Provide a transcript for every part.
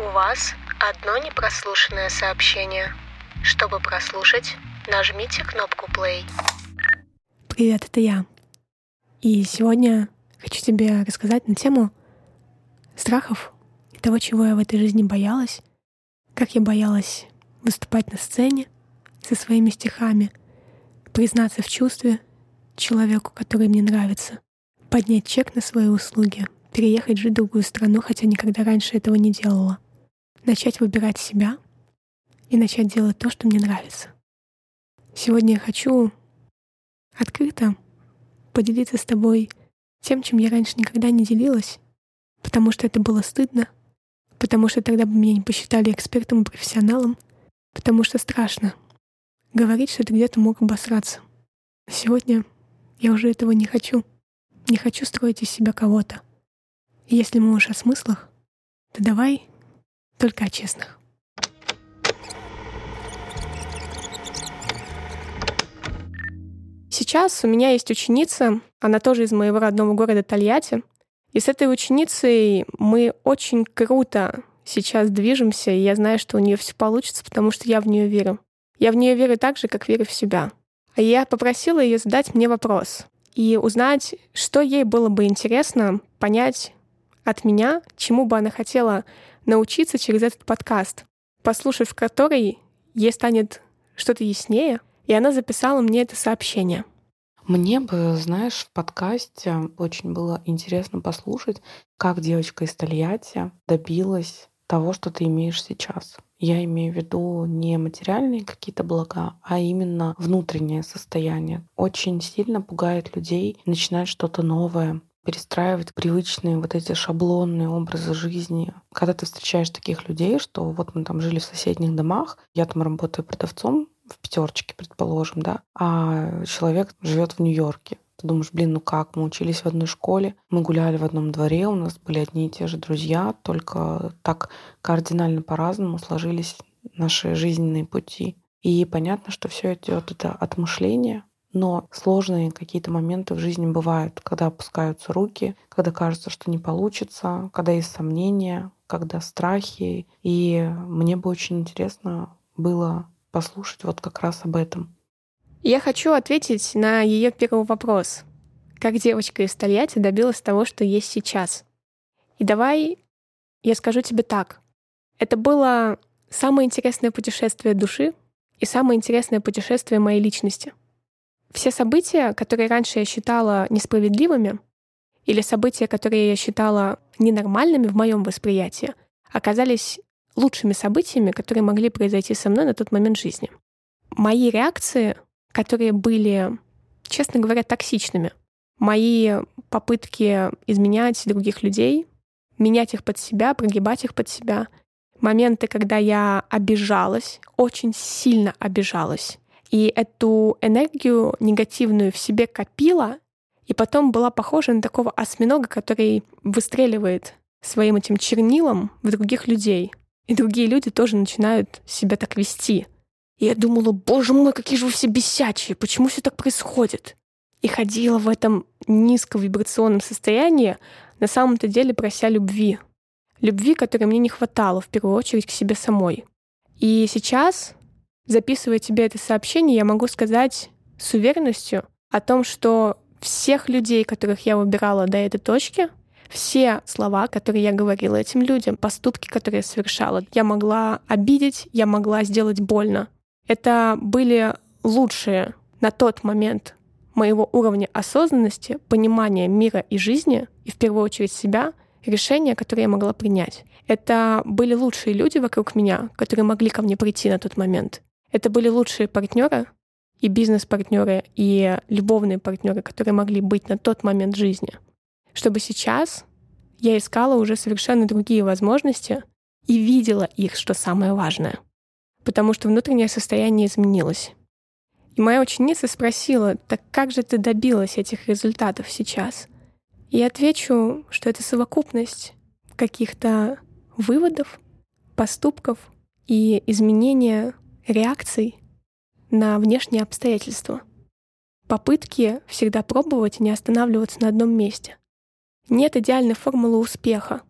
У вас одно непрослушанное сообщение. Чтобы прослушать, нажмите кнопку play. Привет, это я. И сегодня хочу тебе рассказать на тему страхов и того, чего я в этой жизни боялась, как я боялась выступать на сцене со своими стихами, признаться в чувстве человеку, который мне нравится, поднять чек на свои услуги, переехать жить в другую страну, хотя никогда раньше этого не делала, начать выбирать себя и начать делать то, что мне нравится. Сегодня я хочу открыто поделиться с тобой тем, чем я раньше никогда не делилась, потому что это было стыдно, потому что тогда бы меня не посчитали экспертом и профессионалом, потому что страшно говорить, что ты где-то мог обосраться. Сегодня я уже этого не хочу. Не хочу строить из себя кого-то. И если мы уж о смыслах, то давай только о честных. Сейчас у меня есть ученица, она тоже из моего родного города Тольятти. И с этой ученицей мы очень круто сейчас движемся, и я знаю, что у нее все получится, потому что я в нее верю. Я в нее верю так же, как верю в себя. А я попросила ее задать мне вопрос и узнать, что ей было бы интересно понять от меня, чему бы она хотела научиться через этот подкаст, послушав который ей станет что-то яснее, и она записала мне это сообщение. Мне бы, знаешь, в подкасте очень было интересно послушать, как девочка из Тольятти добилась того, что ты имеешь сейчас. Я имею в виду не материальные какие-то блага, а именно внутреннее состояние. Очень сильно пугает людей начинать что-то новое, перестраивать привычные вот эти шаблонные образы жизни. Когда ты встречаешь таких людей, что вот мы там жили в соседних домах, я там работаю продавцом в пятерочке, предположим, да, а человек живет в Нью-Йорке. Ты думаешь, блин, ну как, мы учились в одной школе, мы гуляли в одном дворе, у нас были одни и те же друзья, только так кардинально по-разному сложились наши жизненные пути. И понятно, что все идет это от мышления, но сложные какие-то моменты в жизни бывают, когда опускаются руки, когда кажется, что не получится, когда есть сомнения, когда страхи. И мне бы очень интересно было послушать вот как раз об этом. Я хочу ответить на ее первый вопрос. Как девочка из Тольятти добилась того, что есть сейчас? И давай я скажу тебе так. Это было самое интересное путешествие души и самое интересное путешествие моей личности. Все события, которые раньше я считала несправедливыми, или события, которые я считала ненормальными в моем восприятии, оказались лучшими событиями, которые могли произойти со мной на тот момент жизни. Мои реакции, которые были, честно говоря, токсичными, мои попытки изменять других людей, менять их под себя, прогибать их под себя, моменты, когда я обижалась, очень сильно обижалась, и эту энергию негативную в себе копила, и потом была похожа на такого осьминога, который выстреливает своим этим чернилом в других людей. И другие люди тоже начинают себя так вести. И я думала, боже мой, какие же вы все бесячие, почему все так происходит? И ходила в этом низковибрационном состоянии, на самом-то деле прося любви. Любви, которой мне не хватало, в первую очередь, к себе самой. И сейчас, записывая тебе это сообщение, я могу сказать с уверенностью о том, что всех людей, которых я выбирала до этой точки, все слова, которые я говорила этим людям, поступки, которые я совершала, я могла обидеть, я могла сделать больно. Это были лучшие на тот момент моего уровня осознанности, понимания мира и жизни, и в первую очередь себя, решения, которые я могла принять. Это были лучшие люди вокруг меня, которые могли ко мне прийти на тот момент. Это были лучшие партнеры и бизнес-партнеры, и любовные партнеры, которые могли быть на тот момент жизни. Чтобы сейчас я искала уже совершенно другие возможности и видела их, что самое важное. Потому что внутреннее состояние изменилось. И моя ученица спросила, так как же ты добилась этих результатов сейчас? И я отвечу, что это совокупность каких-то выводов, поступков и изменения реакций на внешние обстоятельства. Попытки всегда пробовать и не останавливаться на одном месте. Нет идеальной формулы успеха.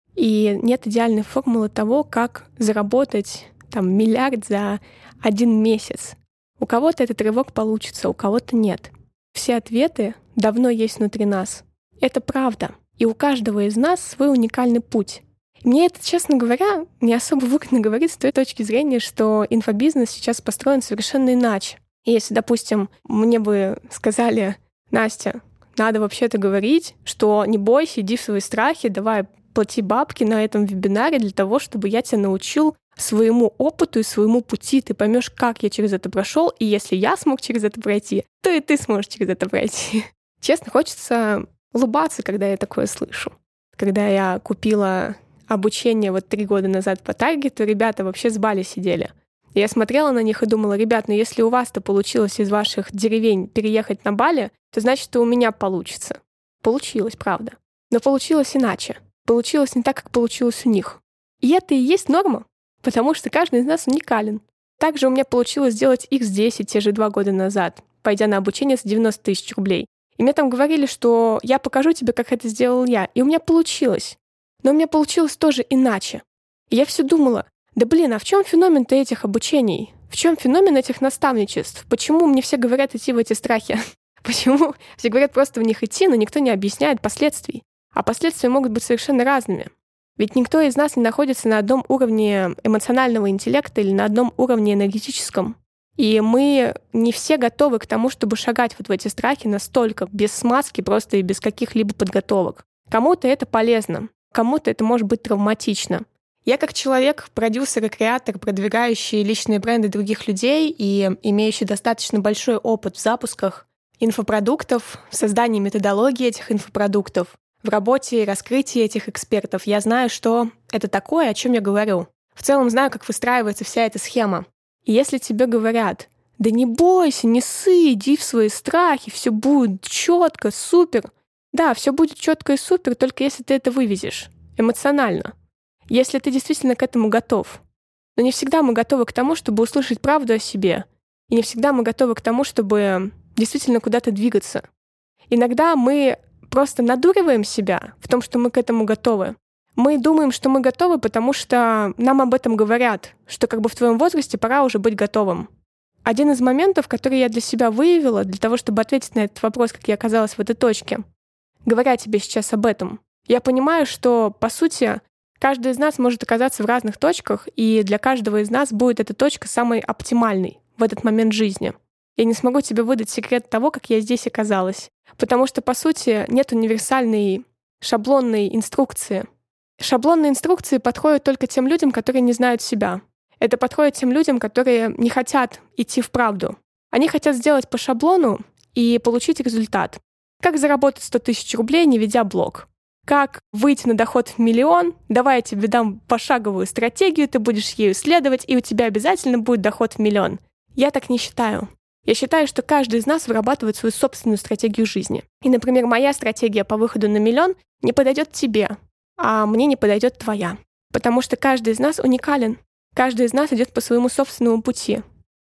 И нет идеальной формулы того, как заработать миллиард за 1 месяц. У кого-то этот рывок получится, у кого-то нет. Все ответы давно есть внутри нас. Это правда. И у каждого из нас свой уникальный путь. И мне это, честно говоря, не особо выгодно говорить с той точки зрения, что инфобизнес сейчас построен совершенно иначе. И если, допустим, мне бы сказали: Настя, надо вообще-то говорить, что не бойся, иди в свои страхи, давай плати бабки на этом вебинаре для того, чтобы я тебя научил своему опыту и своему пути. Ты поймешь, как я через это прошел, и если я смог через это пройти, то и ты сможешь через это пройти. Честно, хочется улыбаться, когда я такое слышу. Когда я купила обучение 3 года назад по таргету, ребята вообще с Бали сидели. Я смотрела на них и думала: ребят, если у вас-то получилось из ваших деревень переехать на Бали, то значит, и у меня получится. Получилось, правда. Но получилось иначе. Получилось не так, как получилось у них. И это и есть норма, потому что каждый из нас уникален. Также у меня получилось сделать X10 те же 2 года назад, пойдя на обучение за 90 000 рублей. И мне там говорили, что я покажу тебе, как это сделал я. И у меня получилось. Но у меня получилось тоже иначе. И я все думала: а в чем феномен-то этих обучений? В чем феномен этих наставничеств? Почему мне все говорят идти в эти страхи? Почему все говорят просто в них идти, но никто не объясняет последствий? А последствия могут быть совершенно разными. Ведь никто из нас не находится на одном уровне эмоционального интеллекта или на одном уровне энергетическом. И мы не все готовы к тому, чтобы шагать в эти страхи настолько, без смазки, просто и без каких-либо подготовок. Кому-то это полезно, кому-то это может быть травматично. Я как человек, продюсер и креатор, продвигающий личные бренды других людей и имеющий достаточно большой опыт в запусках инфопродуктов, в создании методологии этих инфопродуктов, в работе и раскрытии этих экспертов, я знаю, что это такое, о чем я говорю. В целом знаю, как выстраивается вся эта схема. И если тебе говорят: да не бойся, не ссы, иди в свои страхи, все будет четко, супер. Да, все будет четко и супер, только если ты это вывезешь эмоционально. Если ты действительно к этому готов. Но не всегда мы готовы к тому, чтобы услышать правду о себе. И не всегда мы готовы к тому, чтобы действительно куда-то двигаться. Иногда мы просто надуриваем себя в том, что мы к этому готовы. Мы думаем, что мы готовы, потому что нам об этом говорят, что в твоем возрасте пора уже быть готовым. Один из моментов, который я для себя выявила, для того, чтобы ответить на этот вопрос, как я оказалась в этой точке, говоря тебе сейчас об этом, я понимаю, что, по сути, каждый из нас может оказаться в разных точках, и для каждого из нас будет эта точка самой оптимальной в этот момент жизни. Я не смогу тебе выдать секрет того, как я здесь оказалась. Потому что, по сути, нет универсальной шаблонной инструкции. Шаблонные инструкции подходят только тем людям, которые не знают себя. Это подходит тем людям, которые не хотят идти в правду. Они хотят сделать по шаблону и получить результат. Как заработать 100 000 рублей, не ведя блог? Как выйти на доход в 1 000 000? Давай я тебе дам пошаговую стратегию, ты будешь ею следовать, и у тебя обязательно будет доход в 1 000 000. Я так не считаю. Я считаю, что каждый из нас вырабатывает свою собственную стратегию жизни. И, например, моя стратегия по выходу на 1 000 000 не подойдет тебе, а мне не подойдет твоя. Потому что каждый из нас уникален. Каждый из нас идет по своему собственному пути.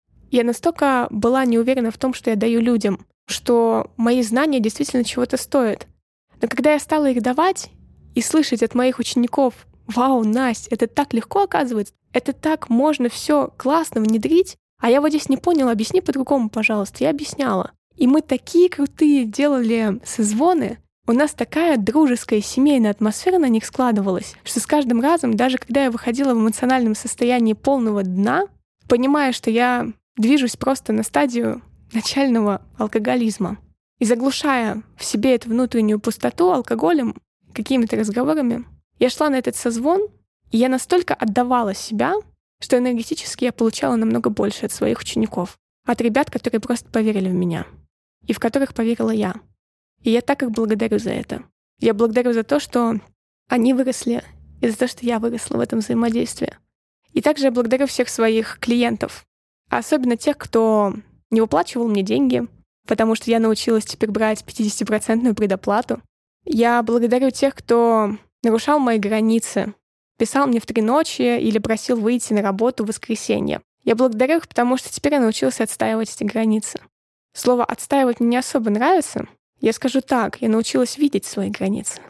Я настолько была не уверена в том, что я даю людям, что мои знания действительно чего-то стоят. Но когда я стала их давать и слышать от моих учеников: «Вау, Настя, это так легко оказывается, это так можно все классно внедрить», а я здесь не поняла, объясни по-другому, пожалуйста. Я объясняла. И мы такие крутые делали созвоны, у нас такая дружеская, семейная атмосфера на них складывалась, что с каждым разом, даже когда я выходила в эмоциональном состоянии полного дна, понимая, что я движусь просто на стадию начального алкоголизма, и заглушая в себе эту внутреннюю пустоту алкоголем, какими-то разговорами, я шла на этот созвон, и я настолько отдавала себя, что энергетически я получала намного больше от своих учеников, от ребят, которые просто поверили в меня, и в которых поверила я. И я так их благодарю за это. Я благодарю за то, что они выросли, и за то, что я выросла в этом взаимодействии. И также я благодарю всех своих клиентов, особенно тех, кто не выплачивал мне деньги, потому что я научилась теперь брать 50% предоплату. Я благодарю тех, кто нарушал мои границы, писал мне в 3 ночи или просил выйти на работу в воскресенье. Я благодарю их, потому что теперь я научилась отстаивать эти границы. Слово «отстаивать» мне не особо нравится. Я скажу так, я научилась видеть свои границы.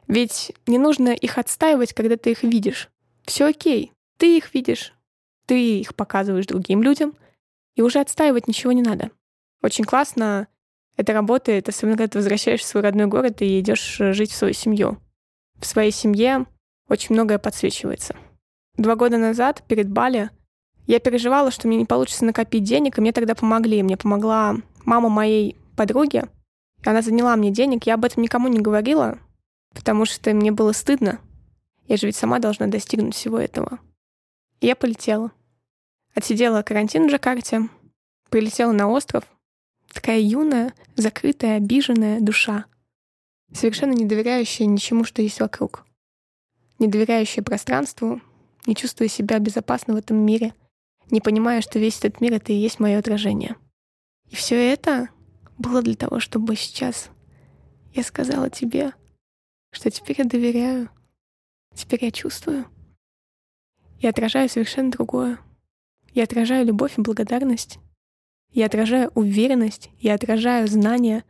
Ведь не нужно их отстаивать, когда ты их видишь. Все окей, ты их видишь, ты их показываешь другим людям, и уже отстаивать ничего не надо. Очень классно это работает, особенно когда ты возвращаешься в свой родной город и идешь жить в свою семью. В своей семье очень многое подсвечивается. 2 года назад, перед Бали, я переживала, что мне не получится накопить денег, и мне тогда помогли. Мне помогла мама моей подруги, и она заняла мне денег. Я об этом никому не говорила, потому что мне было стыдно. Я же ведь сама должна достигнуть всего этого. И я полетела. Отсидела карантин в Джакарте, прилетела на остров. Такая юная, закрытая, обиженная душа, совершенно не доверяющая ничему, что есть вокруг. Не доверяющая пространству, не чувствуя себя безопасно в этом мире, не понимая, что весь этот мир — это и есть мое отражение. И все это было для того, чтобы сейчас я сказала тебе, что теперь я доверяю, теперь я чувствую. Я отражаю совершенно другое. Я отражаю любовь и благодарность. Я отражаю уверенность, я отражаю знания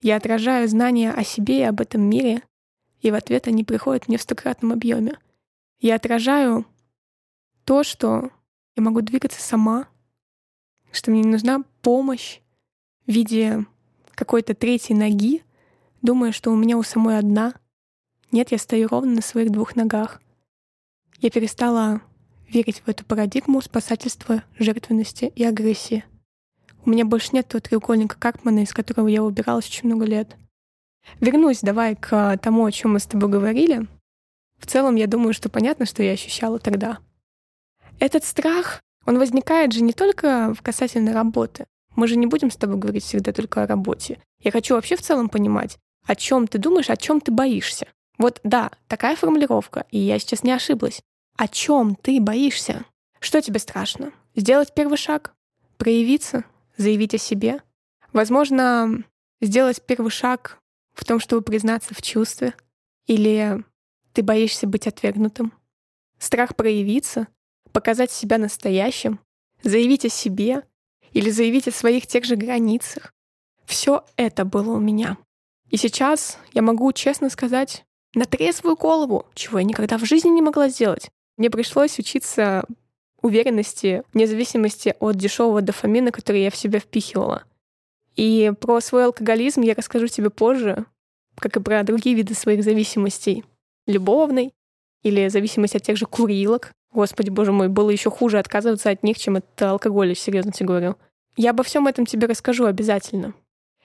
о себе и об этом мире, и в ответ они приходят мне в 100-кратном объеме. Я отражаю то, что я могу двигаться сама, что мне не нужна помощь в виде какой-то третьей ноги, думая, что у меня у самой одна. Нет, я стою ровно на своих 2 ногах. Я перестала верить в эту парадигму спасательства, жертвенности и агрессии. У меня больше нет того треугольника Карпмана, из которого я убиралась очень много лет. Вернусь давай к тому, о чем мы с тобой говорили. В целом, я думаю, что понятно, что я ощущала тогда. Этот страх, он возникает же не только в касательно работы. Мы же не будем с тобой говорить всегда только о работе. Я хочу вообще в целом понимать, о чем ты думаешь, о чем ты боишься. Вот да, такая формулировка, и я сейчас не ошиблась. О чем ты боишься? Что тебе страшно? Сделать первый шаг? Проявиться? Заявить о себе? Возможно, сделать первый шаг в том, чтобы признаться в чувстве? Или ты боишься быть отвергнутым? Страх проявиться? Показать себя настоящим? Заявить о себе? Или заявить о своих тех же границах? Все это было у меня. И сейчас я могу честно сказать, на трезвую голову, чего я никогда в жизни не могла сделать. Мне пришлось учиться уверенности, вне зависимости от дешевого дофамина, который я в себя впихивала. И про свой алкоголизм я расскажу тебе позже, как и про другие виды своих зависимостей. Любовной или зависимость от тех же курилок. Господи, боже мой, было еще хуже отказываться от них, чем от алкоголя, серьезно тебе говорю. Я обо всем этом тебе расскажу обязательно.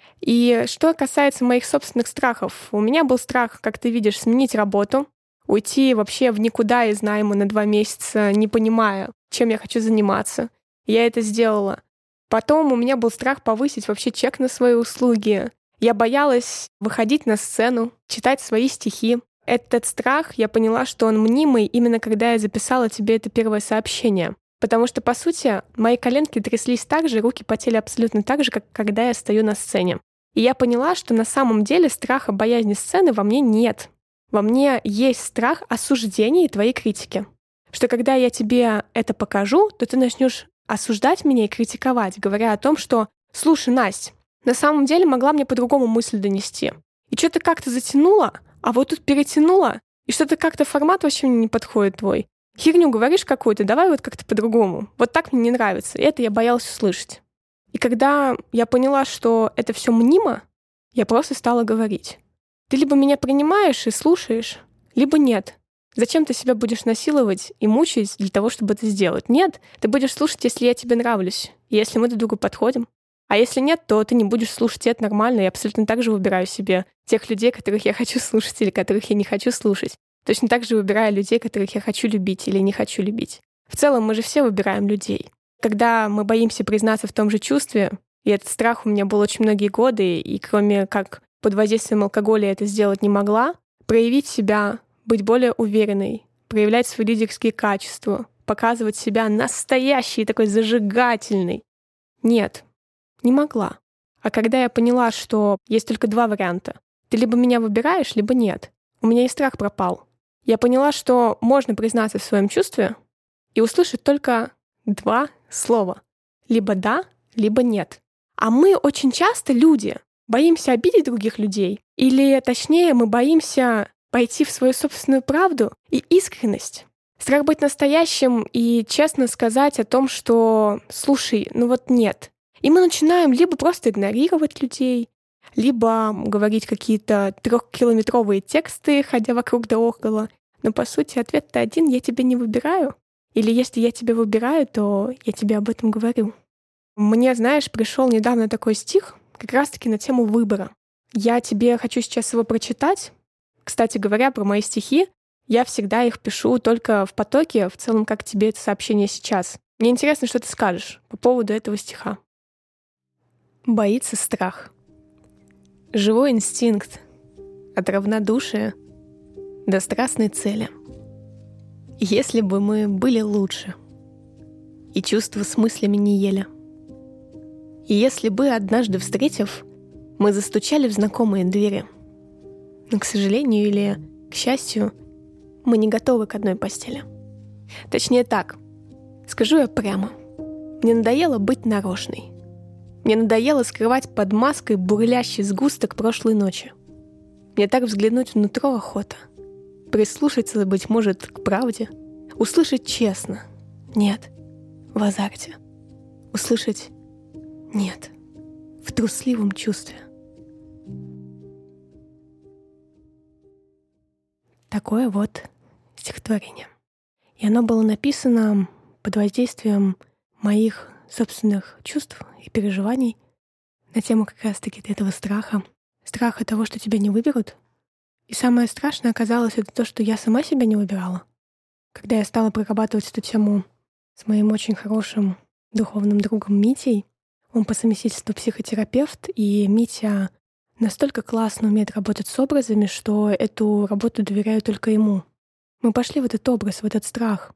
И что касается моих собственных страхов, у меня был страх, как ты видишь, сменить работу, уйти вообще в никуда из найма на 2 месяца, не понимая, чем я хочу заниматься. Я это сделала. Потом у меня был страх повысить вообще чек на свои услуги. Я боялась выходить на сцену, читать свои стихи. Этот страх, я поняла, что он мнимый именно когда я записала тебе это первое сообщение. Потому что, по сути, мои коленки тряслись так же, руки потели абсолютно так же, как когда я стою на сцене. И я поняла, что на самом деле страха, боязни сцены во мне нет. Во мне есть страх осуждения и твоей критики. Что когда я тебе это покажу, то ты начнешь осуждать меня и критиковать, говоря о том, что «Слушай, Насть, на самом деле могла мне по-другому мысль донести. И что-то как-то затянула, а вот тут перетянула, и что-то как-то формат вообще мне не подходит твой. Херню говоришь какую-то, давай вот как-то по-другому. Вот так мне не нравится». И это я боялась услышать. И когда я поняла, что это все мнимо, я просто стала говорить. Ты либо меня принимаешь и слушаешь, либо нет. Зачем ты себя будешь насиловать и мучить для того, чтобы это сделать? Нет, ты будешь слушать, если я тебе нравлюсь, если мы друг другу подходим. А если нет, то ты не будешь слушать, и это нормально. Я абсолютно так же выбираю себе тех людей, которых я хочу слушать или которых я не хочу слушать. Точно так же выбираю людей, которых я хочу любить или не хочу любить. В целом мы же все выбираем людей. Когда мы боимся признаться в том же чувстве, и этот страх у меня был очень многие годы, и кроме как под воздействием алкоголя я это сделать не могла, проявить себя, быть более уверенной, проявлять свои лидерские качества, показывать себя настоящей, такой зажигательной. Нет, не могла. А когда я поняла, что есть только 2 варианта, ты либо меня выбираешь, либо нет, у меня и страх пропал. Я поняла, что можно признаться в своем чувстве и услышать только 2 слова. Либо да, либо нет. А мы очень часто, люди, боимся обидеть других людей, или, точнее, мы боимся пойти в свою собственную правду и искренность. Страх быть настоящим и честно сказать о том, что «слушай, ну вот нет». И мы начинаем либо просто игнорировать людей, либо говорить какие-то 3-километровые тексты, ходя вокруг да около. Но, по сути, ответ-то один: я тебя не выбираю. Или если я тебя выбираю, то я тебе об этом говорю. Мне, знаешь, пришел недавно такой стих, как раз-таки на тему выбора. Я тебе хочу сейчас его прочитать. Кстати говоря, про мои стихи, я всегда их пишу только в потоке, в целом, как тебе это сообщение сейчас. Мне интересно, что ты скажешь по поводу этого стиха. Боится страх. Живой инстинкт от равнодушия до страстной цели. Если бы мы были лучше и чувства с мыслями не ели, и если бы, однажды встретив, мы застучали в знакомые двери, но, к сожалению или к счастью, мы не готовы к одной постели. Точнее так, скажу я прямо, мне надоело быть нарочной. Мне надоело скрывать под маской бурлящий сгусток прошлой ночи. Мне так взглянуть внутрь охота. Прислушаться, быть может, к правде. Услышать честно. Нет. В азарте. Услышать нет. В трусливом чувстве. Такое вот стихотворение. И оно было написано под воздействием моих собственных чувств и переживаний на тему как раз-таки этого страха. Страха того, что тебя не выберут. И самое страшное оказалось это то, что я сама себя не выбирала. Когда я стала прорабатывать эту тему с моим очень хорошим духовным другом Митей, он по совместительству психотерапевт, и Митя настолько классно умеет работать с образами, что эту работу доверяю только ему. Мы пошли в этот образ, в этот страх.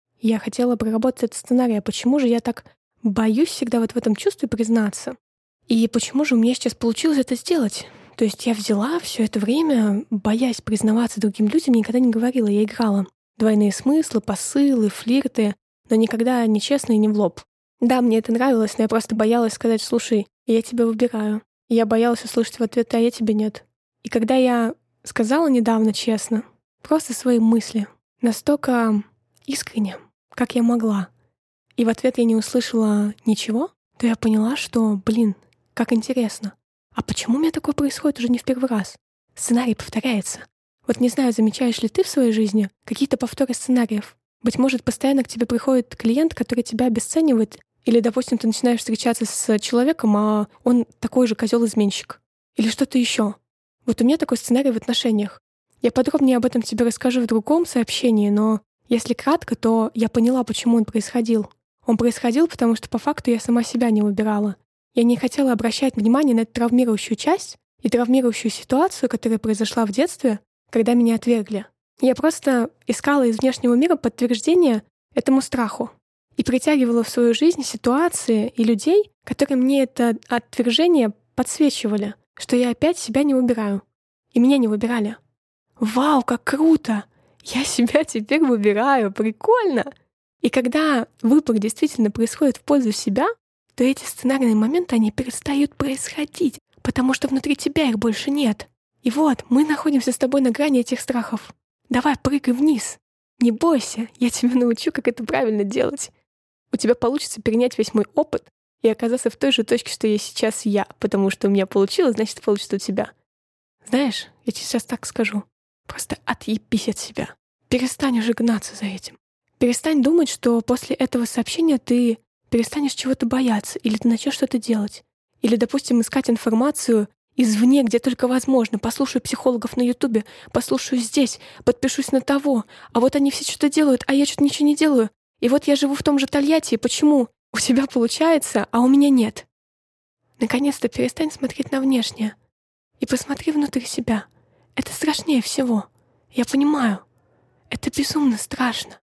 Я хотела проработать этот сценарий, а почему же я так боюсь всегда вот в этом чувстве признаться? И почему же у меня сейчас получилось это сделать? То есть я взяла все это время, боясь признаваться другим людям, никогда не говорила, я играла. Двойные смыслы, посылы, флирты, но никогда не честно и не в лоб. Да, мне это нравилось, но я просто боялась сказать: слушай, я тебя выбираю. И я боялась услышать в ответ: а я тебя нет. И когда я сказала недавно честно, просто свои мысли, настолько искренне, как я могла, и в ответ я не услышала ничего, то я поняла, что, как интересно. А почему у меня такое происходит уже не в первый раз? Сценарий повторяется. Вот не знаю, замечаешь ли ты в своей жизни какие-то повторы сценариев? Быть может, постоянно к тебе приходит клиент, который тебя обесценивает, или, допустим, ты начинаешь встречаться с человеком, а он такой же козел-изменщик. Или что-то еще. Вот у меня такой сценарий в отношениях. Я подробнее об этом тебе расскажу в другом сообщении, но если кратко, то я поняла, почему он происходил. Он происходил, потому что по факту я сама себя не выбирала. Я не хотела обращать внимание на эту травмирующую часть и травмирующую ситуацию, которая произошла в детстве, когда меня отвергли. Я просто искала из внешнего мира подтверждение этому страху и притягивала в свою жизнь ситуации и людей, которые мне это отвержение подсвечивали, что я опять себя не выбираю. И меня не выбирали. Вау, как круто! Я себя теперь выбираю, прикольно! И когда выбор действительно происходит в пользу себя, то эти сценарные моменты, они перестают происходить, потому что внутри тебя их больше нет. И вот, мы находимся с тобой на грани этих страхов. Давай, прыгай вниз. Не бойся, я тебя научу, как это правильно делать. У тебя получится перенять весь мой опыт и оказаться в той же точке, что есть сейчас я, потому что у меня получилось, значит, получится у тебя. Знаешь, я тебе сейчас так скажу. Просто отъебись от себя. Перестань уже гнаться за этим. Перестань думать, что после этого сообщения ты перестанешь чего-то бояться, или ты начнешь что-то делать. Или, допустим, искать информацию извне, где только возможно. Послушаю психологов на Ютубе, послушаю здесь, подпишусь на того. А вот они все что-то делают, а я что-то ничего не делаю. И вот я живу в том же Тольятти, почему у тебя получается, а у меня нет? Наконец-то перестань смотреть на внешнее и посмотри внутрь себя. Это страшнее всего. Я понимаю. Это безумно страшно.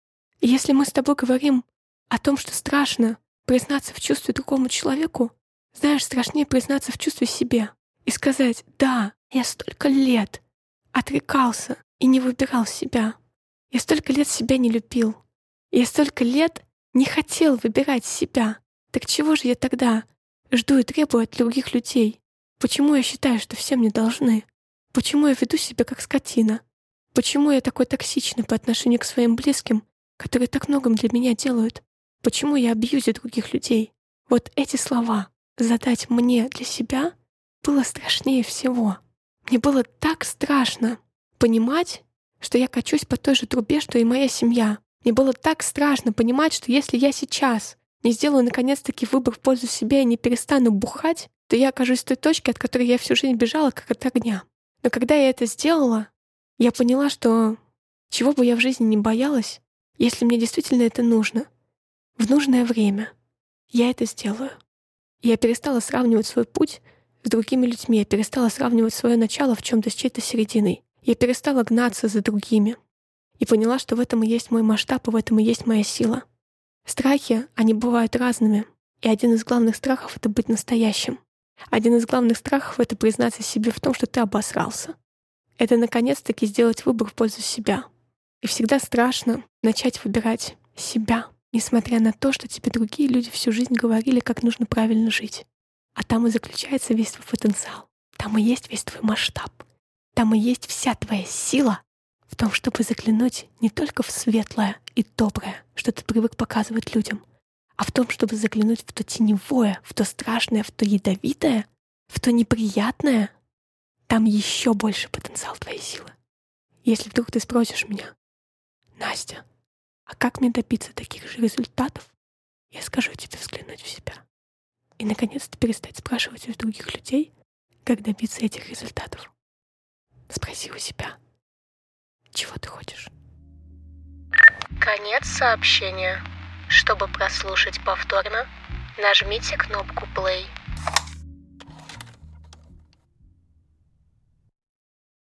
И если мы с тобой говорим о том, что страшно признаться в чувстве другому человеку, знаешь, страшнее признаться в чувстве себе и сказать: да, я столько лет отрекался и не выбирал себя. Я столько лет себя не любил. Я столько лет не хотел выбирать себя. Так чего же я тогда жду и требую от других людей? Почему я считаю, что все мне должны? Почему я веду себя как скотина? Почему я такой токсичный по отношению к своим близким, которые так многом для меня делают? Почему я абьюзю других людей? Вот эти слова задать мне для себя было страшнее всего. Мне было так страшно понимать, что я качусь по той же трубе, что и моя семья. Мне было так страшно понимать, что если я сейчас не сделаю наконец-таки выбор в пользу себя и не перестану бухать, то я окажусь в той точке, от которой я всю жизнь бежала, как от огня. Но когда я это сделала, я поняла, что чего бы я в жизни не боялась, если мне действительно это нужно, в нужное время, я это сделаю. Я перестала сравнивать свой путь с другими людьми, я перестала сравнивать свое начало в чем-то с чьей-то серединой. Я перестала гнаться за другими и поняла, что в этом и есть мой масштаб, и в этом и есть моя сила. Страхи, они бывают разными, и один из главных страхов — это быть настоящим. Один из главных страхов — это признаться себе в том, что ты обосрался. Это, наконец-таки, сделать выбор в пользу себя. И всегда страшно начать выбирать себя, несмотря на то, что тебе другие люди всю жизнь говорили, как нужно правильно жить. А там и заключается весь твой потенциал. Там и есть весь твой масштаб. Там и есть вся твоя сила в том, чтобы заглянуть не только в светлое и доброе, что ты привык показывать людям, а в том, чтобы заглянуть в то теневое, в то страшное, в то ядовитое, в то неприятное. Там еще больше потенциал твоей силы. Если вдруг ты спросишь меня: Настя, а как мне добиться таких же результатов? Я скажу тебе взглянуть в себя. И, наконец-то, перестать спрашивать у других людей, как добиться этих результатов. Спроси у себя, чего ты хочешь. Конец сообщения. Чтобы прослушать повторно, нажмите кнопку play.